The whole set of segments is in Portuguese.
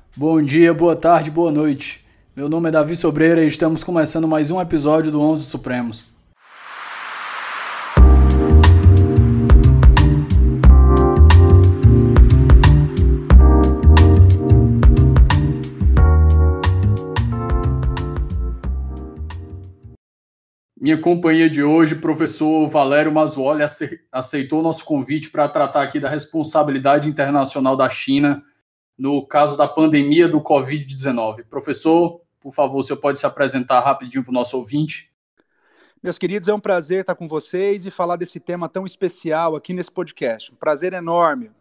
Bom dia, boa tarde, boa noite. Meu nome é Davi Sobreira e estamos começando mais um episódio do 11 Supremos. Minha companhia de hoje, professor Valério Mazzuoli, aceitou nosso convite para tratar aqui da responsabilidade internacional da China no caso da pandemia do Covid-19. Professor, por favor, o senhor pode se apresentar rapidinho para o nosso ouvinte? Meus queridos, é um prazer estar com vocês e falar desse tema tão especial aqui nesse podcast. Um prazer enorme.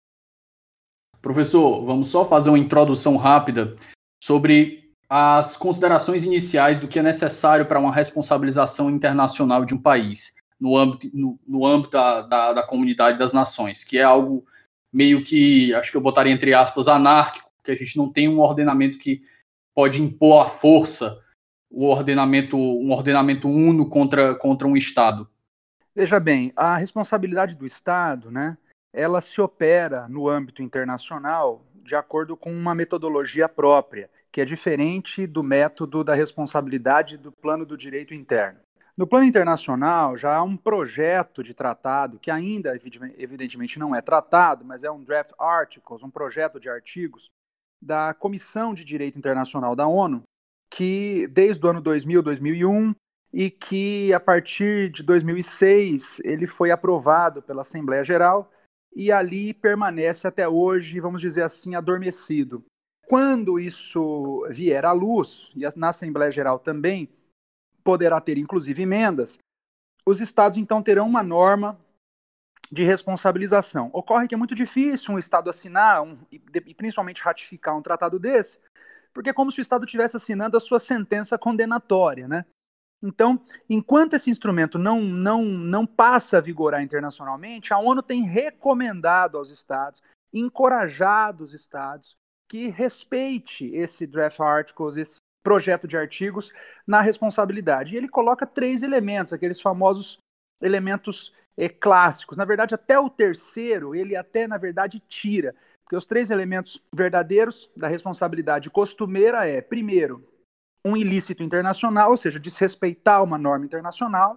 Professor, vamos só fazer uma introdução rápida sobre as considerações iniciais do que é necessário para uma responsabilização internacional de um país, no âmbito da comunidade das nações, que é algo meio que, acho que eu botaria entre aspas, anárquico, que a gente não tem um ordenamento que pode impor à força um ordenamento uno contra um Estado. Veja bem, a responsabilidade do Estado, né, ela se opera no âmbito internacional de acordo com uma metodologia própria, que é diferente do método da responsabilidade do plano do direito interno. No plano internacional, já há um projeto de tratado, que ainda, evidentemente, não é tratado, mas é um draft articles, um projeto de artigos da Comissão de Direito Internacional da ONU, que desde o ano 2000, 2001, e que a partir de 2006 ele foi aprovado pela Assembleia Geral e ali permanece até hoje, vamos dizer assim, adormecido. Quando isso vier à luz, e na Assembleia Geral também poderá ter inclusive emendas, os estados então terão uma norma de responsabilização. Ocorre que é muito difícil um Estado assinar e principalmente ratificar um tratado desse, porque é como se o Estado estivesse assinando a sua sentença condenatória, né? Então, enquanto esse instrumento não passa a vigorar internacionalmente, a ONU tem recomendado aos Estados, encorajado os Estados que respeite esse draft articles, esse projeto de artigos na responsabilidade. E ele coloca 3 elementos, aqueles famosos elementos clássicos. Na verdade, até o terceiro, ele até, na verdade, tira. Porque os 3 elementos verdadeiros da responsabilidade costumeira é, primeiro, um ilícito internacional, ou seja, desrespeitar uma norma internacional.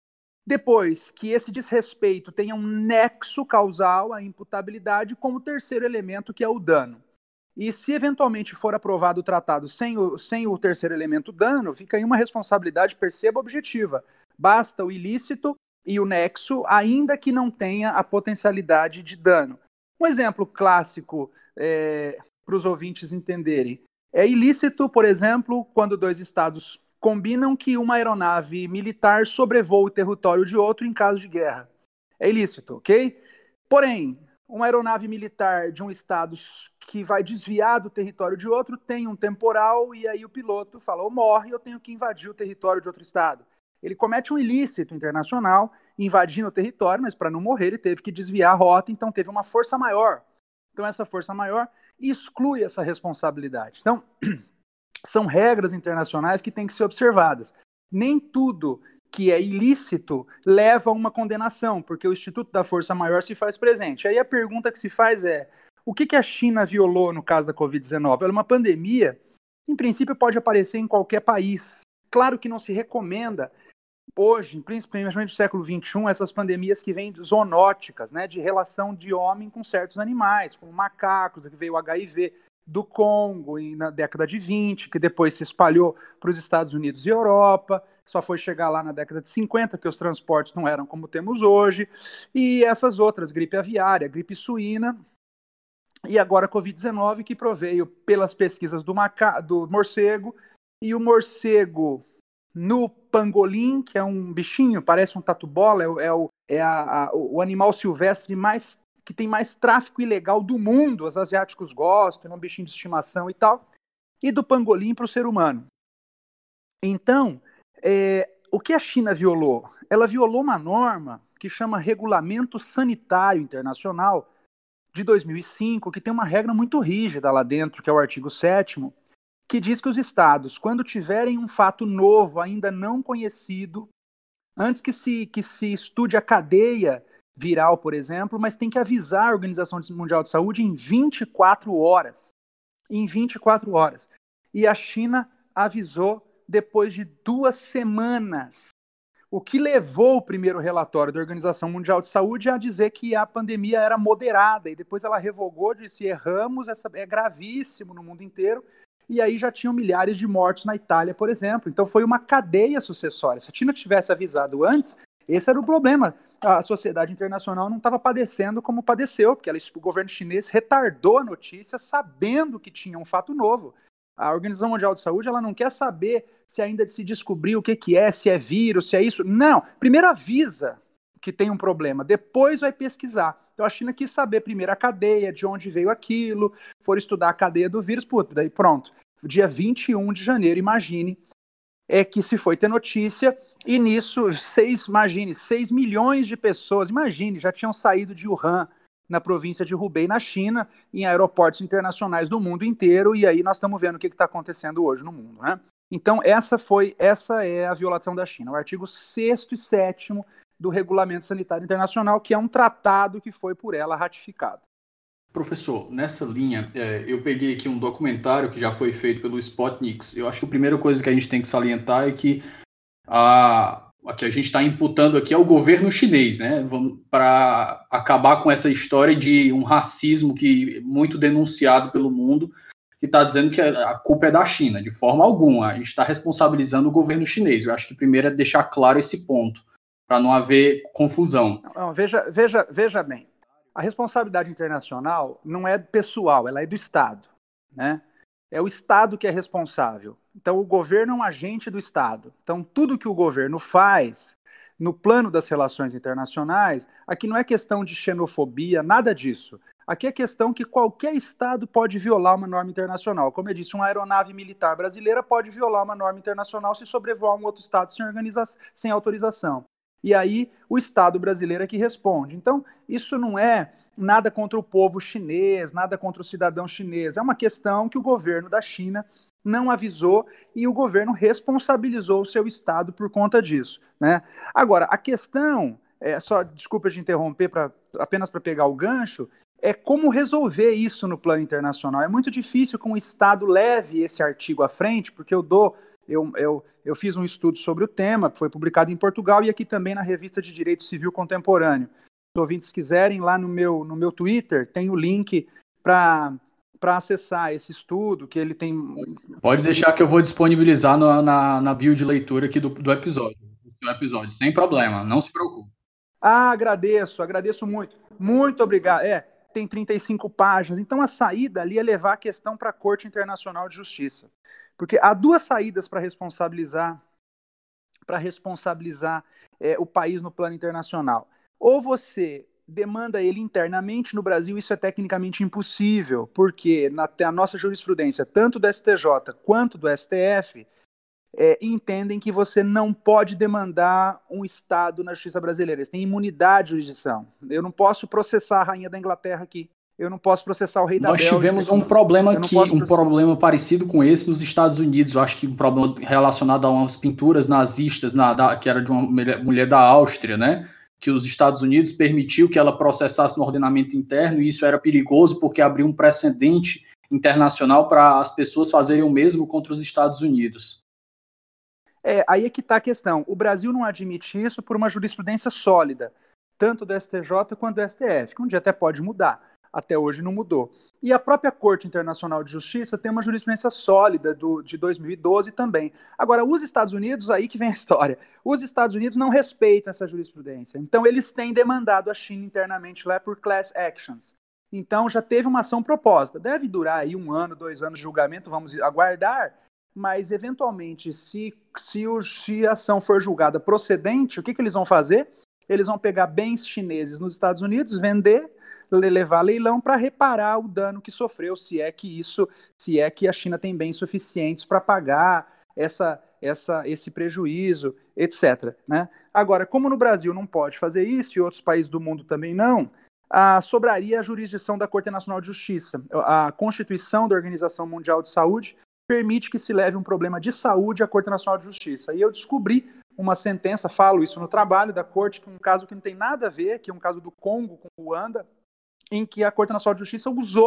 Depois, que esse desrespeito tenha um nexo causal à imputabilidade, como terceiro elemento, que é o dano. E se eventualmente for aprovado o tratado sem o terceiro elemento dano, fica aí uma responsabilidade, perceba, objetiva. Basta o ilícito e o nexo, ainda que não tenha a potencialidade de dano. Um exemplo clássico para os ouvintes entenderem. É ilícito, por exemplo, quando 2 estados combinam que uma aeronave militar sobrevoa o território de outro em caso de guerra. É ilícito, ok? Porém, uma aeronave militar de um estado que vai desviar do território de outro tem um temporal e aí o piloto fala, ou morre, eu tenho que invadir o território de outro estado. Ele comete um ilícito internacional invadindo o território, mas para não morrer ele teve que desviar a rota, então teve uma força maior. Então essa força maior exclui essa responsabilidade. Então, são regras internacionais que têm que ser observadas. Nem tudo que é ilícito leva a uma condenação, porque o Instituto da Força Maior se faz presente. Aí a pergunta que se faz é, o que a China violou no caso da Covid-19? Ela é uma pandemia, em princípio pode aparecer em qualquer país. Claro que não se recomenda hoje, principalmente no século XXI, essas pandemias que vêm zoonóticas, né, de relação de homem com certos animais, como macacos, que veio o HIV do Congo na década de 20, que depois se espalhou para os Estados Unidos e Europa, só foi chegar lá na década de 50, que os transportes não eram como temos hoje, e essas outras, gripe aviária, gripe suína, e agora a Covid-19, que proveio pelas pesquisas do morcego, e o morcego no pangolim, que é um bichinho, parece um tatu-bola, o animal silvestre que tem mais tráfico ilegal do mundo, os asiáticos gostam, é um bichinho de estimação e tal, e do pangolim para o ser humano. Então, o que a China violou? Ela violou uma norma que chama Regulamento Sanitário Internacional de 2005, que tem uma regra muito rígida lá dentro, que é o artigo 7º, que diz que os estados, quando tiverem um fato novo, ainda não conhecido, antes que se estude a cadeia viral, por exemplo, mas tem que avisar a Organização Mundial de Saúde em 24 horas. em 24 horas. E a China avisou depois de 2 semanas. O que levou o primeiro relatório da Organização Mundial de Saúde a dizer que a pandemia era moderada, e depois ela revogou, disse, erramos, é gravíssimo no mundo inteiro, e aí já tinham milhares de mortos na Itália, por exemplo. Então foi uma cadeia sucessória. Se a China tivesse avisado antes, esse era o problema. A sociedade internacional não estava padecendo como padeceu, porque o governo chinês retardou a notícia sabendo que tinha um fato novo. A Organização Mundial de Saúde, ela não quer saber se ainda se descobriu o que é, se é vírus, se é isso. Não, primeiro avisa que tem um problema, depois vai pesquisar. Então a China quis saber primeiro a cadeia, de onde veio aquilo, for estudar a cadeia do vírus, daí pronto. Dia 21 de janeiro, imagine, é que se foi ter notícia, e nisso, 6 milhões de pessoas, imagine, já tinham saído de Wuhan, na província de Hubei, na China, em aeroportos internacionais do mundo inteiro, e aí nós estamos vendo o que está acontecendo hoje no mundo, né? Então, essa é a violação da China, o artigo 6º e 7º do Regulamento Sanitário Internacional, que é um tratado que foi por ela ratificado. Professor, nessa linha, eu peguei aqui um documentário que já foi feito pelo Spotnik. Eu acho que a primeira coisa que a gente tem que salientar é que a que a gente está imputando aqui é o governo chinês, né? Para acabar com essa história de um racismo que muito denunciado pelo mundo, que está dizendo que a culpa é da China, de forma alguma. A gente está responsabilizando o governo chinês. Eu acho que primeiro é deixar claro esse ponto, para não haver confusão. Não, veja bem. A responsabilidade internacional não é pessoal, ela é do Estado, né? É o Estado que é responsável. Então, o governo é um agente do Estado. Então, tudo que o governo faz no plano das relações internacionais, aqui não é questão de xenofobia, nada disso. Aqui é questão que qualquer Estado pode violar uma norma internacional. Como eu disse, uma aeronave militar brasileira pode violar uma norma internacional se sobrevoar um outro Estado sem autorização. E aí o Estado brasileiro é que responde. Então, isso não é nada contra o povo chinês, nada contra o cidadão chinês. É uma questão que o governo da China não avisou e o governo responsabilizou o seu Estado por conta disso, né? Agora, a questão, desculpa de interromper, apenas para pegar o gancho, é como resolver isso no plano internacional. É muito difícil que um Estado leve esse artigo à frente, porque eu fiz um estudo sobre o tema, que foi publicado em Portugal e aqui também na Revista de Direito Civil Contemporâneo. Se os ouvintes quiserem, lá no meu Twitter, tem o link para acessar esse estudo, que ele tem... Pode deixar que eu vou disponibilizar na bio de leitura aqui do episódio. Sem problema, não se preocupe. Agradeço muito. Muito obrigado. Tem 35 páginas. Então, a saída ali é levar a questão para a Corte Internacional de Justiça. Porque há 2 saídas para responsabilizar o país no plano internacional. Ou você demanda ele internamente no Brasil, isso é tecnicamente impossível, porque a nossa jurisprudência, tanto do STJ quanto do STF, entendem que você não pode demandar um Estado na justiça brasileira. Eles têm imunidade de jurisdição. Eu não posso processar a rainha da Inglaterra aqui. Eu não posso processar o rei da Bélgica. Nós tivemos um problema aqui, problema parecido com esse nos Estados Unidos. Eu acho que um problema relacionado a umas pinturas nazistas, que era de uma mulher da Áustria, né? Que os Estados Unidos permitiu que ela processasse no ordenamento interno, e isso era perigoso porque abriu um precedente internacional para as pessoas fazerem o mesmo contra os Estados Unidos. Aí é que está a questão. O Brasil não admite isso por uma jurisprudência sólida, tanto do STJ quanto do STF, que um dia até pode mudar. Até hoje não mudou. E a própria Corte Internacional de Justiça tem uma jurisprudência sólida de 2012 também. Agora, os Estados Unidos, aí que vem a história, os Estados Unidos não respeitam essa jurisprudência. Então, eles têm demandado a China internamente lá por class actions. Então, já teve uma ação proposta. Deve durar aí 1 ano, 2 anos de julgamento, vamos aguardar, mas, eventualmente, se a ação for julgada procedente, o que eles vão fazer? Eles vão pegar bens chineses nos Estados Unidos, vender, levar a leilão para reparar o dano que sofreu, se é que a China tem bens suficientes para pagar esse prejuízo, etc. Né? Agora, como no Brasil não pode fazer isso e outros países do mundo também não, sobraria a jurisdição da Corte Nacional de Justiça. A Constituição da Organização Mundial de Saúde permite que se leve um problema de saúde à Corte Nacional de Justiça. E eu descobri uma sentença, falo isso no trabalho da Corte, que um caso que não tem nada a ver, que é um caso do Congo com Ruanda, em que a Corte Nacional de Justiça usou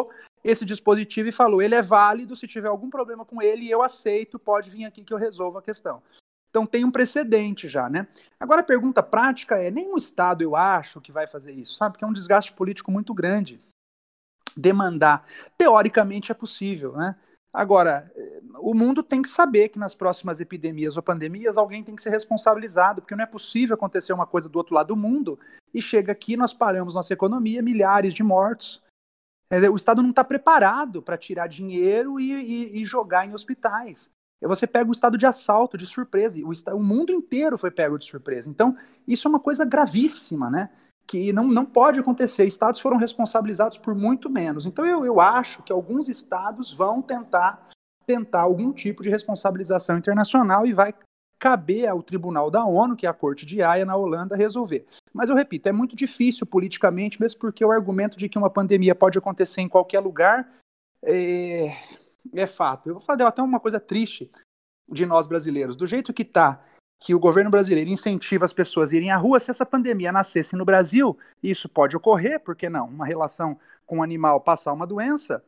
esse dispositivo e falou, ele é válido, se tiver algum problema com ele, eu aceito, pode vir aqui que eu resolvo a questão. Então tem um precedente já, né? Agora a pergunta prática é, nenhum Estado, eu acho, que vai fazer isso, sabe? Porque é um desgaste político muito grande. Demandar, teoricamente é possível, né? Agora, o mundo tem que saber que nas próximas epidemias ou pandemias alguém tem que ser responsabilizado, porque não é possível acontecer uma coisa do outro lado do mundo e chega aqui, nós paramos nossa economia, milhares de mortos. O Estado não está preparado para tirar dinheiro e jogar em hospitais. Você pega o estado de assalto, de surpresa, e o mundo inteiro foi pego de surpresa. Então, isso é uma coisa gravíssima, né? Que não pode acontecer. Estados foram responsabilizados por muito menos. Então, eu acho que alguns estados vão tentar algum tipo de responsabilização internacional e vai caber ao Tribunal da ONU, que é a Corte de Haia, na Holanda, resolver. Mas eu repito, é muito difícil politicamente, mesmo porque o argumento de que uma pandemia pode acontecer em qualquer lugar é fato. Eu vou falar até uma coisa triste de nós brasileiros. Do jeito que está, que o governo brasileiro incentiva as pessoas a irem à rua, se essa pandemia nascesse no Brasil, isso pode ocorrer, por que não? Uma relação com um animal passar uma doença,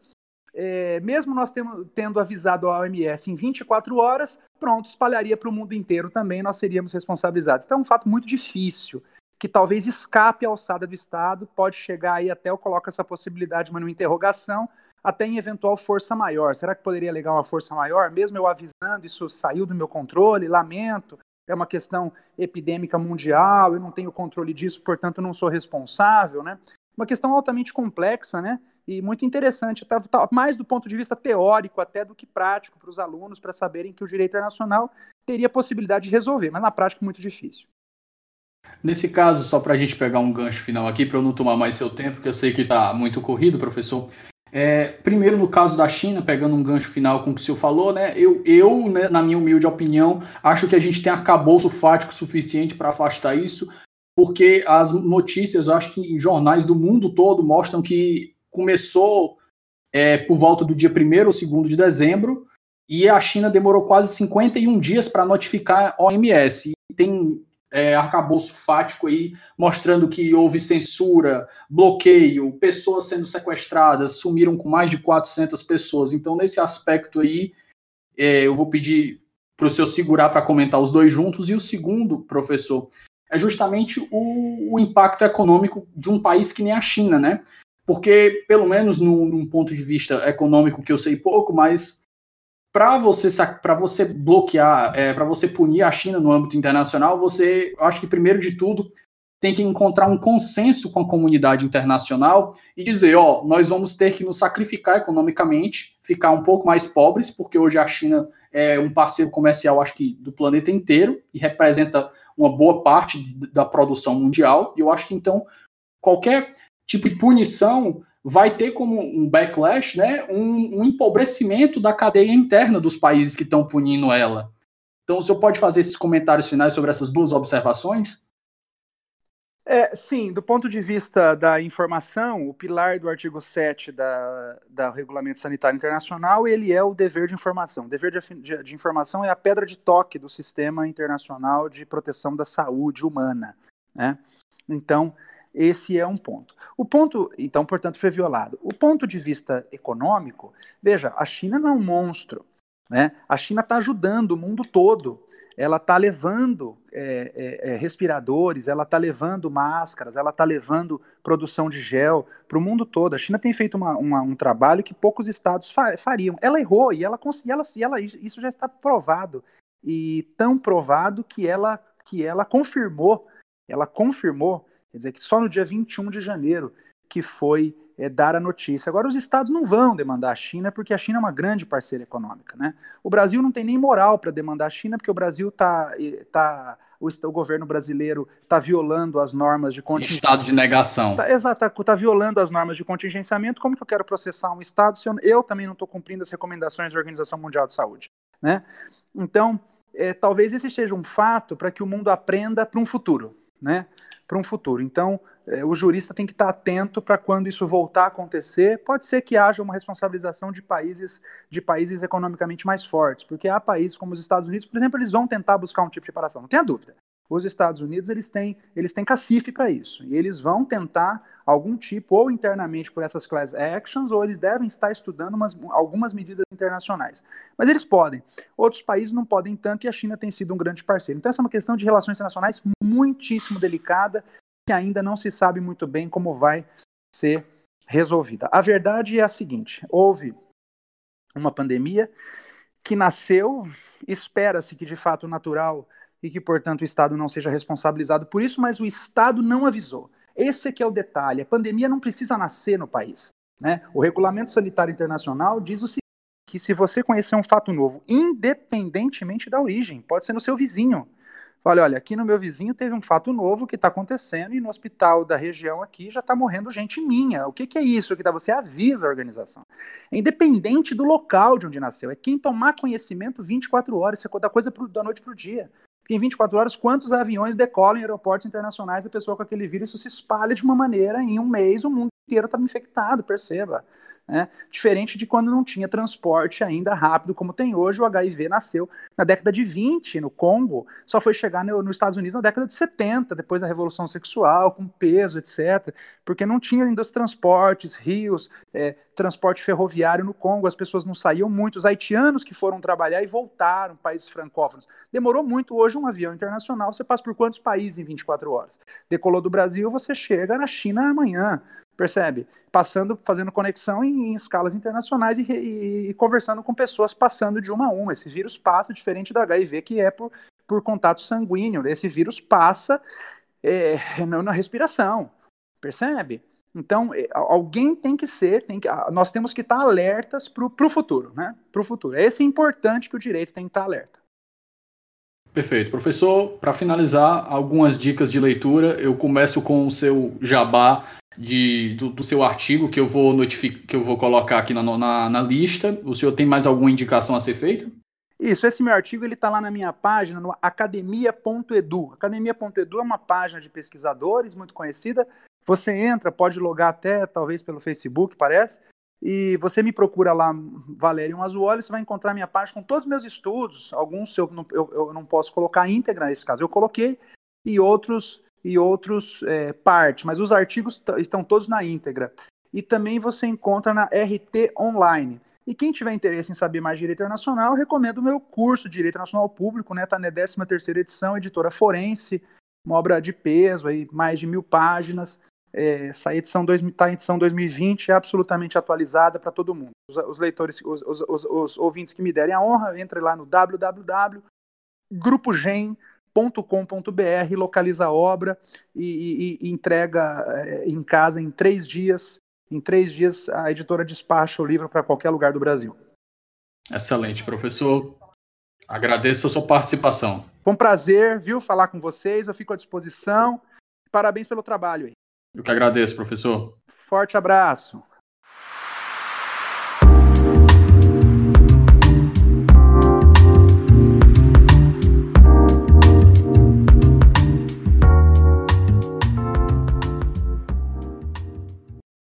mesmo nós tendo avisado a OMS em 24 horas, pronto, espalharia para o mundo inteiro também, nós seríamos responsabilizados. Então é um fato muito difícil, que talvez escape a alçada do Estado, pode chegar aí até, eu coloco essa possibilidade, mas numa interrogação, até em eventual força maior. Será que poderia alegar uma força maior? Mesmo eu avisando, isso saiu do meu controle, lamento, é uma questão epidêmica mundial, eu não tenho controle disso, portanto não sou responsável, né? Uma questão altamente complexa, né? E muito interessante, mais do ponto de vista teórico até do que prático para os alunos, para saberem que o direito internacional teria possibilidade de resolver, mas na prática muito difícil. Nesse caso, só para a gente pegar um gancho final aqui, para eu não tomar mais seu tempo, que eu sei que está muito corrido, professor. Primeiro, no caso da China, pegando um gancho final com o que o senhor falou, né, eu né, na minha humilde opinião, acho que a gente tem arcabouço fático suficiente para afastar isso, porque as notícias, eu acho que em jornais do mundo todo mostram que começou por volta do dia 1º ou 2º de dezembro, e a China demorou quase 51 dias para notificar a OMS. E tem arcabouço fático aí, mostrando que houve censura, bloqueio, pessoas sendo sequestradas, sumiram com mais de 400 pessoas. Então, nesse aspecto aí, eu vou pedir para o senhor segurar para comentar os dois juntos. E o segundo, professor, é justamente o impacto econômico de um país que nem a China, né? Porque, pelo menos num ponto de vista econômico que eu sei pouco, mas para você bloquear, para você punir a China no âmbito internacional, você, acho que primeiro de tudo, tem que encontrar um consenso com a comunidade internacional e dizer, nós vamos ter que nos sacrificar economicamente, ficar um pouco mais pobres, porque hoje a China é um parceiro comercial, acho que do planeta inteiro, e representa uma boa parte da produção mundial, e eu acho que então qualquer tipo de punição vai ter como um backlash, né, um empobrecimento da cadeia interna dos países que estão punindo ela. Então, o senhor pode fazer esses comentários finais sobre essas duas observações? Sim, do ponto de vista da informação, o pilar do artigo 7 da Regulamento Sanitário Internacional, ele é o dever de informação. O dever de informação é a pedra de toque do Sistema Internacional de Proteção da Saúde Humana, né? Então, esse é um ponto. Então, portanto, foi violado. O ponto de vista econômico, veja, a China não é um monstro, né? A China está ajudando o mundo todo. Ela está levando respiradores, ela está levando máscaras, ela está levando produção de gel para o mundo todo. A China tem feito um trabalho que poucos estados fariam. Ela errou e isso já está provado. E tão provado que ela confirmou, quer dizer, que só no dia 21 de janeiro que foi dar a notícia. Agora, os estados não vão demandar a China, porque a China é uma grande parceira econômica, né? O Brasil não tem nem moral para demandar a China, porque o Brasil o governo brasileiro está violando as normas de contingenciamento. Estado de negação. Exato, está violando as normas de contingenciamento. Como que eu quero processar um estado se eu também não estou cumprindo as recomendações da Organização Mundial de Saúde, né? Então, talvez esse seja um fato para que o mundo aprenda para um futuro, né? Para um futuro. Então, o jurista tem que estar atento para quando isso voltar a acontecer. Pode ser que haja uma responsabilização de países economicamente mais fortes, porque há países como os Estados Unidos, por exemplo, eles vão tentar buscar um tipo de reparação, não tenha dúvida. Os Estados Unidos, eles têm cacife para isso, e eles vão tentar algum tipo, ou internamente por essas class actions, ou eles devem estar estudando algumas medidas internacionais. Mas eles podem. Outros países não podem tanto, e a China tem sido um grande parceiro. Então essa é uma questão de relações internacionais muitíssimo delicada, que ainda não se sabe muito bem como vai ser resolvida. A verdade é a seguinte: houve uma pandemia que nasceu, espera-se que de fato natural e que, portanto, o Estado não seja responsabilizado por isso, mas o Estado não avisou. Esse é que é o detalhe. A pandemia não precisa nascer no país, né? O Regulamento Sanitário Internacional diz o seguinte, que se você conhecer um fato novo, independentemente da origem, pode ser no seu vizinho. Olha, aqui no meu vizinho teve um fato novo que está acontecendo e no hospital da região aqui já está morrendo gente minha. O que é isso? Você avisa a organização. É independente do local de onde nasceu. É quem tomar conhecimento 24 horas, isso é da coisa da noite para o dia. Porque em 24 horas, quantos aviões decolam em aeroportos internacionais, a pessoa com aquele vírus, isso se espalha de uma maneira, em um mês o mundo inteiro está infectado, perceba. Né? Diferente de quando não tinha transporte ainda rápido como tem hoje, o HIV nasceu na década de 20 no Congo, só foi chegar nos Estados Unidos na década de 70, depois da Revolução Sexual, com peso, etc., porque não tinha ainda os transportes, rios, transporte ferroviário no Congo, as pessoas não saíam muito, os haitianos que foram trabalhar e voltaram, países francófonos. Demorou muito, hoje um avião internacional, você passa por quantos países em 24 horas? Decolou do Brasil, você chega na China amanhã. Percebe? Fazendo conexão em escalas internacionais e conversando com pessoas passando de uma a uma. Esse vírus passa, diferente do HIV, que é por contato sanguíneo. Esse vírus passa na respiração. Percebe? Então, alguém nós temos que estar alertas para o futuro, né? Para o futuro. Esse é importante que o direito tem que estar alerta. Perfeito. Professor, para finalizar, algumas dicas de leitura. Eu começo com o seu jabá do seu artigo que eu vou colocar aqui na lista. O senhor tem mais alguma indicação a ser feita? Isso, esse meu artigo está lá na minha página, no academia.edu. Academia.edu é uma página de pesquisadores muito conhecida. Você entra, pode logar até, talvez pelo Facebook, parece, e você me procura lá, Valério Mazzuoli, você vai encontrar minha página com todos os meus estudos. Alguns eu não posso colocar íntegra nesse caso, eu coloquei, e outros parte, mas os artigos estão todos na íntegra. E também você encontra na RT Online. E quem tiver interesse em saber mais de Direito Internacional, eu recomendo o meu curso de Direito Internacional Público, né? Está na 13ª edição, editora Forense, uma obra de peso, aí, mais de 1000 páginas. Essa edição está em edição 2020, é absolutamente atualizada para todo mundo. Os leitores, os ouvintes que me derem a honra, entre lá no www.grupogen.com.br, localiza a obra e entrega em casa em 3 dias. Em 3 dias, a editora despacha o livro para qualquer lugar do Brasil. Excelente, professor. Agradeço a sua participação. Foi um prazer, falar com vocês. Eu fico à disposição. Parabéns pelo trabalho aí. Eu que agradeço, professor. Forte abraço.